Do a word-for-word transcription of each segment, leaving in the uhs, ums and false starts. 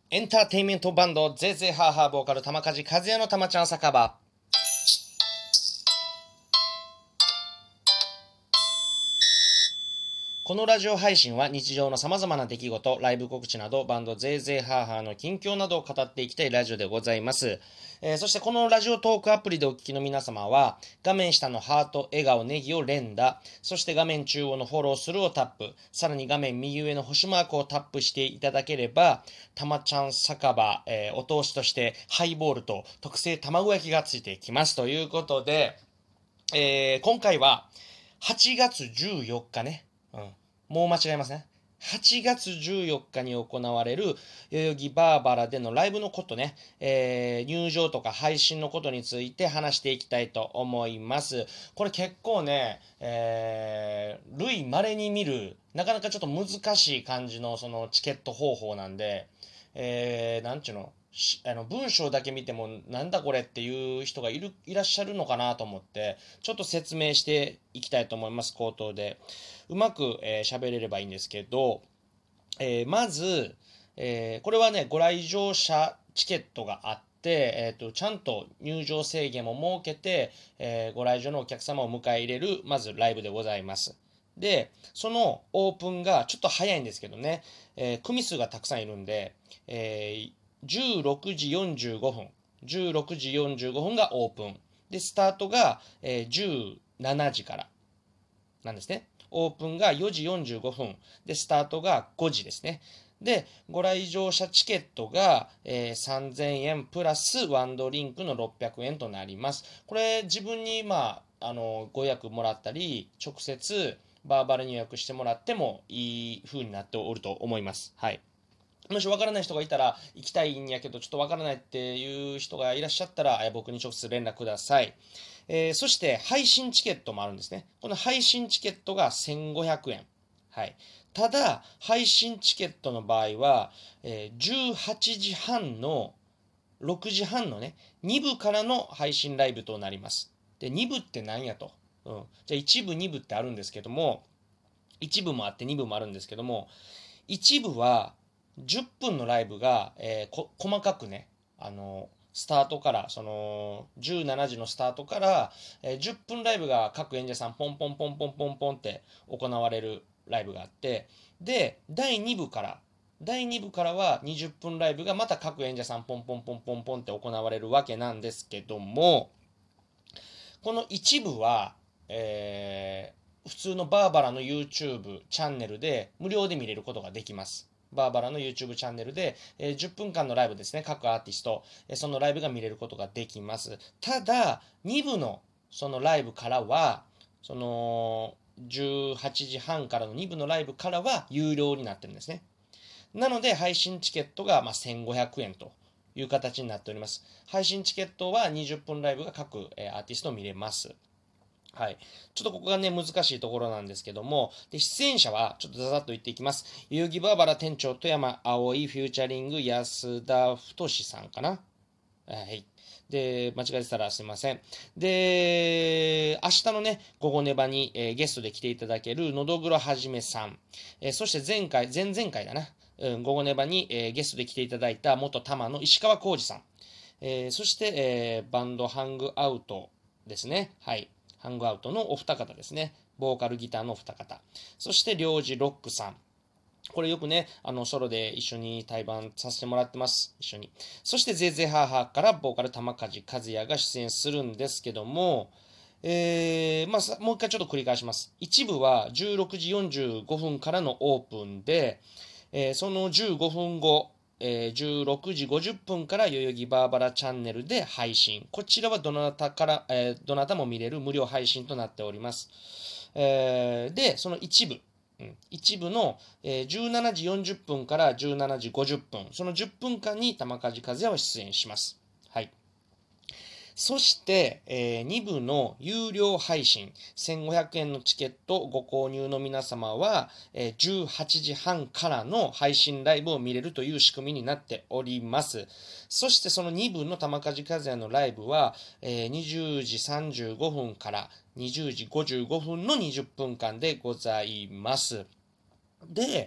エンターテインメントバンド、ゼーゼーハーハーボーカル、玉梶和也の玉ちゃん酒場。このラジオ配信は日常の様々な出来事、ライブ告知など、バンドゼーゼーハーハーの近況などを語っていきたいラジオでございます。えーそしてこのラジオトークアプリでお聞きの皆様は、画面下のハート、笑顔、ネギを連打、そして画面中央のフォローするをタップ、さらに画面右上の星マークをタップしていただければ、たまちゃん酒場、えーお通しとしてハイボールと特製卵焼きがついてきますということで、えー今回ははちがつじゅうよっかね。うん。もう間違えますね。はちがつじゅうよっかに行われる代々木バーバラでのライブのことね、えー入場とか配信のことについて話していきたいと思います。これ結構ね、えー、類稀に見る、なかなかちょっと難しい感じのそのチケット方法なんで、えー、なんちゅうの、しあの文章だけ見てもなんだこれっていう人がいるいらっしゃるのかなと思ってちょっと説明していきたいと思います。口頭でうまく喋、えー、れればいいんですけど、えーまず、えーこれはねご来場者チケットがあって、えーと、ちゃんと入場制限も設けて、えーご来場のお客様を迎え入れるまずライブでございます。でそのオープンがちょっと早いんですけどね、えー組数がたくさんいるんで、えーじゅうろくじよんじゅうごふんじゅうろくじよんじゅうごふんがオープンで、スタートが、えーじゅうしちじからなんですね。オープンがよじよんじゅうごふんで、スタートがごじですね。で、ご来場者チケットが、えーさんぜんえんプラスワンドリンクのろっぴゃくえんとなります。これ自分に、まあ、あのご予約もらったり直接バーバルに予約してもらってもいい風になっておると思います。はい。もし分からない人がいたら行きたいんやけどちょっと分からないっていう人がいらっしゃったら僕に直接連絡ください。えーそして配信チケットもあるんですね。この配信チケットがせんごひゃくえん。はい。ただ、配信チケットの場合は、えーじゅうはちじはんのろくじはんのね、に部からの配信ライブとなります。で、に部って何やと。うん。じゃあいち部、に部ってあるんですけども、いち部もあってに部もあるんですけども、いち部はじゅっぷんのライブが、えーこ細かくね、あのスタートから、そのじゅうしちじのスタートから、えーじゅっぷんライブが各演者さんポンポンポンポンポンポンって行われるライブがあって、で、だいに部から、だいに部からはにじゅっぷんライブがまた各演者さんポンポンポンポンポンって行われるわけなんですけども、この一部は、えー普通のバーバラの YouTube チャンネルで無料で見れることができます。バーバラの YouTube チャンネルで、えーじゅっぷんかんのライブですね、各アーティスト、えーそのライブが見れることができます。ただ、に部のそのライブからは、そのじゅうはちじはんからのに部のライブからは有料になってるんですね。なので、配信チケットがまあせんごひゃくえんという形になっております。配信チケットはにじゅっぷんライブが各、えーアーティスト見れます。はい。ちょっとここがね、難しいところなんですけども、で、出演者は、ちょっとざざっと言っていきます。代々木バーバラ店長、富山葵、フューチャリング、安田太さんかな。はい。で、間違えてたらすいません。で、明日のね、午後ネバに、えーゲストで来ていただける、のどぐろはじめさん。えーそして前回、前々回だな。うん、午後ネバに、えーゲストで来ていただいた元玉の石川浩二さん。えーそして、えーバンドハングアウトですね。はい。ハングアウトのお二方ですね。ボーカルギターのお二方。そして、領事ロックさん。これよくね、あの、ソロで一緒に対バンさせてもらってます。一緒に。そして、ゼーゼーハーハーからボーカル玉梶和也が出演するんですけども、えー、まあ、もう一回ちょっと繰り返します。一部はじゅうろくじよんじゅうごふんからのオープンで、えーそのじゅうごふんご、えーじゅうろくじごじゅっぷんから代々木バーバラチャンネルで配信。こちらはどなたから、えーどなたも見れる無料配信となっております。えーで、その一部。うん、一部の、えーじゅうしちじよんじゅっぷんからじゅうしちじごじゅっぷん、そのじゅっぷんかんに玉梶和也は出演します。はい。そして、えーに部の有料配信、せんごひゃくえんのチケットご購入の皆様は、えーじゅうはちじはんからの配信ライブを見れるという仕組みになっております。そしてそのに部の玉梶和也のライブは、えーにじゅうじさんじゅうごふんからにじゅうじごじゅうごふんのにじゅっぷんかんでございます。で、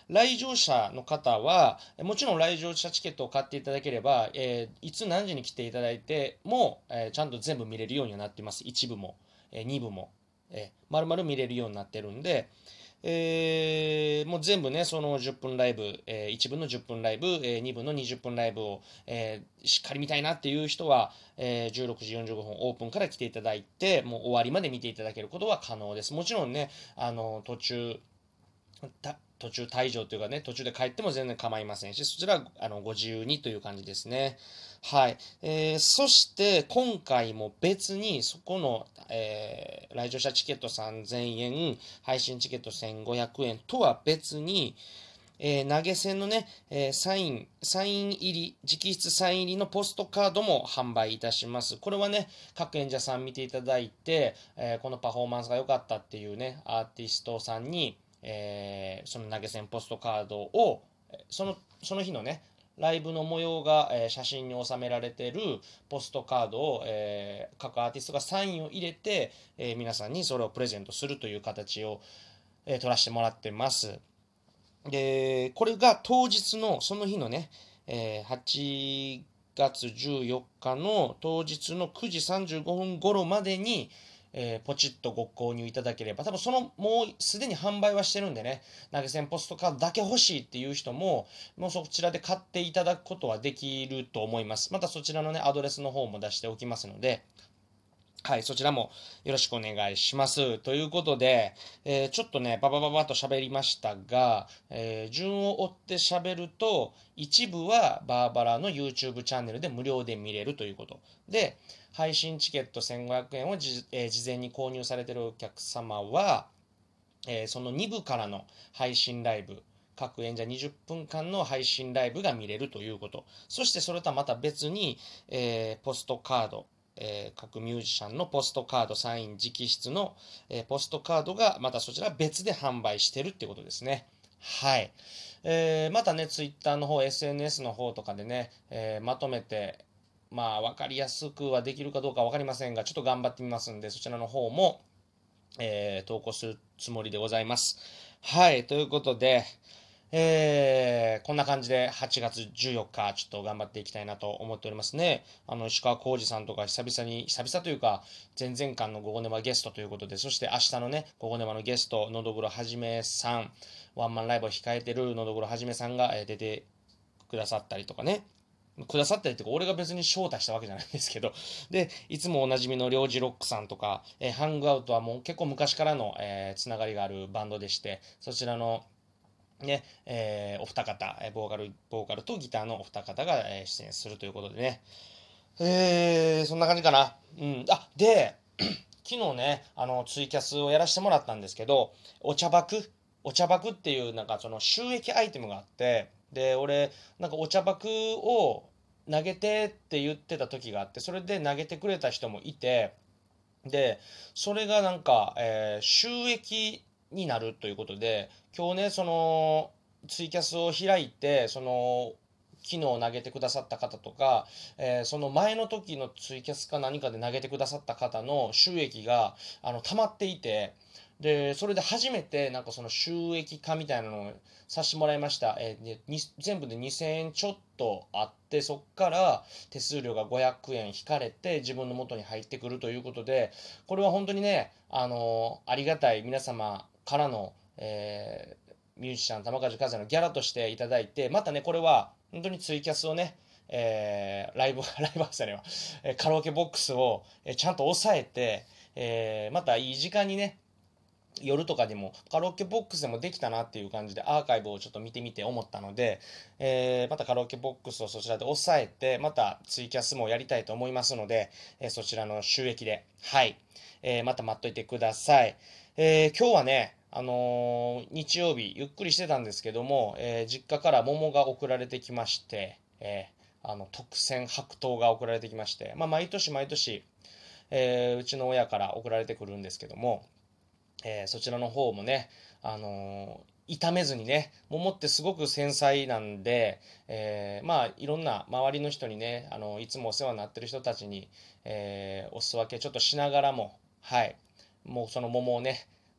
来場者の方は、もちろん来場者チケットを買っていただければ、えーいつ何時に来ていただいても、えーちゃんと全部見れるようにはなっています。一部も、えー二部も、えー、丸々見れるようになってるんで、えーもう全部ね、そのじゅっぷんライブ、えーいちぶのじゅっぷんライブ、えーにぶのにじゅっぷんライブを、えーしっかり見たいなっていう人は、えーじゅうろくじよんじゅうごふんオープンから来ていただいて、もう終わりまで見ていただけることは可能です。もちろんね、あの、途中、た途中退場というかね、途中で帰っても全然構いませんし、そちらはあのご自由にという感じですね。はい。えーそして今回も別にそこの、えー来場者チケットさんぜんえん、配信チケットせんごひゃくえんとは別に、えー投げ銭のね、えーサイン、サイン入り、直筆サイン入りのポストカードも販売いたします。これはね、各演者さん見ていただいて、えーこのパフォーマンスが良かったっていうね、アーティストさんに、えーその投げ銭ポストカードを、その、その日のね、ライブの模様が、えー写真に収められているポストカードを、えー各アーティストがサインを入れて、えー皆さんにそれをプレゼントするという形を、えー取らせてもらってます。で、これが当日の、その日のね、えーはちがつじゅうよっかの当日のくじさんじゅうごふん頃までに、えーポチッとご購入いただければ、多分その、もうすでに販売はしてるんでね、投げ銭ポストカードだけ欲しいっていう人も、もうそちらで買っていただくことはできると思います。またそちらのね、アドレスの方も出しておきますので、はい、そちらもよろしくお願いします。ということで、えーちょっとね、ババババッと喋りましたが、えー順を追って喋ると、一部はバーバラの YouTube チャンネルで無料で見れるということ。で、配信チケットせんごひゃくえんをじ、えー事前に購入されているお客様は、えーそのに部からの配信ライブ、各演者にじゅっぷんかんの配信ライブが見れるということ。そしてそれとはまた別に、えーポストカード、えー各ミュージシャンのポストカード、サイン直筆の、えーポストカードがまたそちら別で販売してるってことですね。はい。えーまたね、ツイッターの方、エスエヌエス の方とかでね、えーまとめて、まあ、わかりやすくはできるかどうかわかりませんが、ちょっと頑張ってみますんで、そちらの方も、えー投稿するつもりでございます。はい、ということで、えーこんな感じではちがつじゅうよっか、ちょっと頑張っていきたいなと思っておりますね。あの、石川浩二さんとか久々に、久々というか、前々回の午後ネマゲストということで、そして明日のね、午後ネマのゲスト、のどぐろはじめさん、ワンマンライブを控えてるのどぐろはじめさんがえー出てくださったりとかね、くださったりというか、俺が別に招待したわけじゃないんですけど、で、いつもおなじみのりょうじロックさんとか、えーハングアウトはもう結構昔からの、えーつながりがあるバンドでして、そちらのね、えーお二方、ボーカル、ボーカルとギターのお二方が、えー出演するということでね。えー、そんな感じかな。うん。あ、で、昨日ね、あの、ツイキャスをやらせてもらったんですけど、お茶爆お茶爆っていう、なんかその収益アイテムがあって、で、俺、なんかお茶爆を投げてって言ってた時があって、それで投げてくれた人もいて、で、それがなんか、えー収益になるということで、今日ね、その、ツイキャスを開いて、その、昨日投げてくださった方とか、えーその前の時のツイキャスか何かで投げてくださった方の収益が、あの、溜まっていて、で、それで初めて、なんかその収益化みたいなのをさせてもらいました。えーでに全部でにせんえんちょっとあって、そっから手数料がごひゃくえん引かれて自分の元に入ってくるということで、これは本当にね、あのーありがたい皆様からの、えーミュージシャン玉梶和也のギャラとしていただいて、またね、これは本当にツイキャスをね、えーライブ、ライブハウスじゃねえわ、えーカラオケボックスを、えーちゃんと抑えて、えーまたいい時間にね、夜とかでもカラオケボックスでもできたなっていう感じでアーカイブをちょっと見てみて思ったので、えーまたカラオケボックスをそちらで押さえて、またツイキャスもやりたいと思いますので、えーそちらの収益で、はい、えーまた待っといてください。えー今日はね、あのー日曜日ゆっくりしてたんですけども、えー実家から桃が送られてきまして、えーあの特選白桃が送られてきまして、まあ、毎年毎年、えーうちの親から送られてくるんですけども、えーそちらの方もね、あのー傷めずにね、桃ってすごく繊細なんで、えーまあ、いろんな周りの人にね、あのいつもお世話になってる人たちに、えーお裾分けちょっとしながらも、はい、もうその桃をね、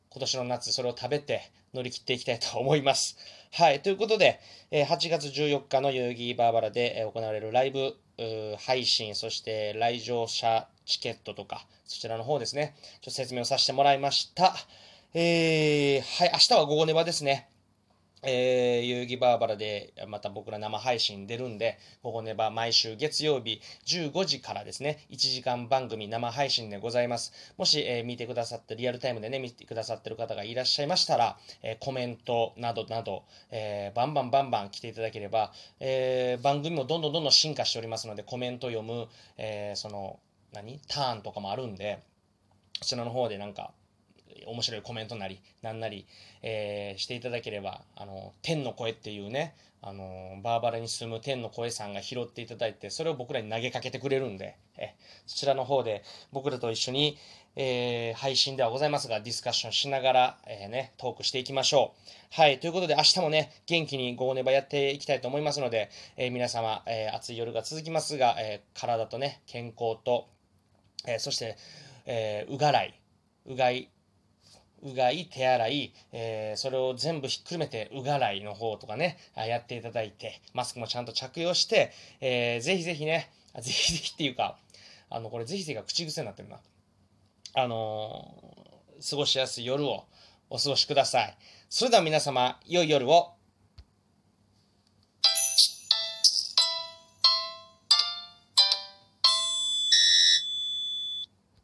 今年の夏、それを食べて乗り切っていきたいと思います。はい。ということで、えーはちがつじゅうよっかの代々木バーバラでえー行われるライブ配信、そして来場者チケットとか、そちらの方ですね、ちょっと説明をさせてもらいました。えー、はい、明日は午後ネバですね。えー、代々木バーバラでまた僕ら生配信出るんで、午後ネバ毎週月曜日じゅうごじからですね、いちじかん番組生配信でございます。もし、えー見てくださって、リアルタイムでね、見てくださってる方がいらっしゃいましたら、えーコメントなどなど、えーバンバンバンバン来ていただければ、えー番組もどんどんどんどん進化しておりますので、コメント読む、えーその、何ターンとかもあるんで、こちらの方でなんか、面白いコメントなり、なんなり、えーしていただければ、あの、天の声っていうね、あの、バーバラに住む天の声さんが拾っていただいて、それを僕らに投げかけてくれるんで、えそちらの方で僕らと一緒に、えー配信ではございますが、ディスカッションしながら、えーね、トークしていきましょう。はい、ということで、明日もね、元気にゴーネバやっていきたいと思いますので、えー皆様、えー暑い夜が続きますが、えー体とね、健康と、えーそして、えーうがらい、うがい、うがい、手洗い、えーそれを全部ひっくるめて、うがらいの方とかね、やっていただいて、マスクもちゃんと着用して、えーぜひぜひね、ぜひぜひっていうか、あの、これぜひぜひが口癖になってるな。あのー過ごしやすい夜をお過ごしください。それでは皆様、良い夜を。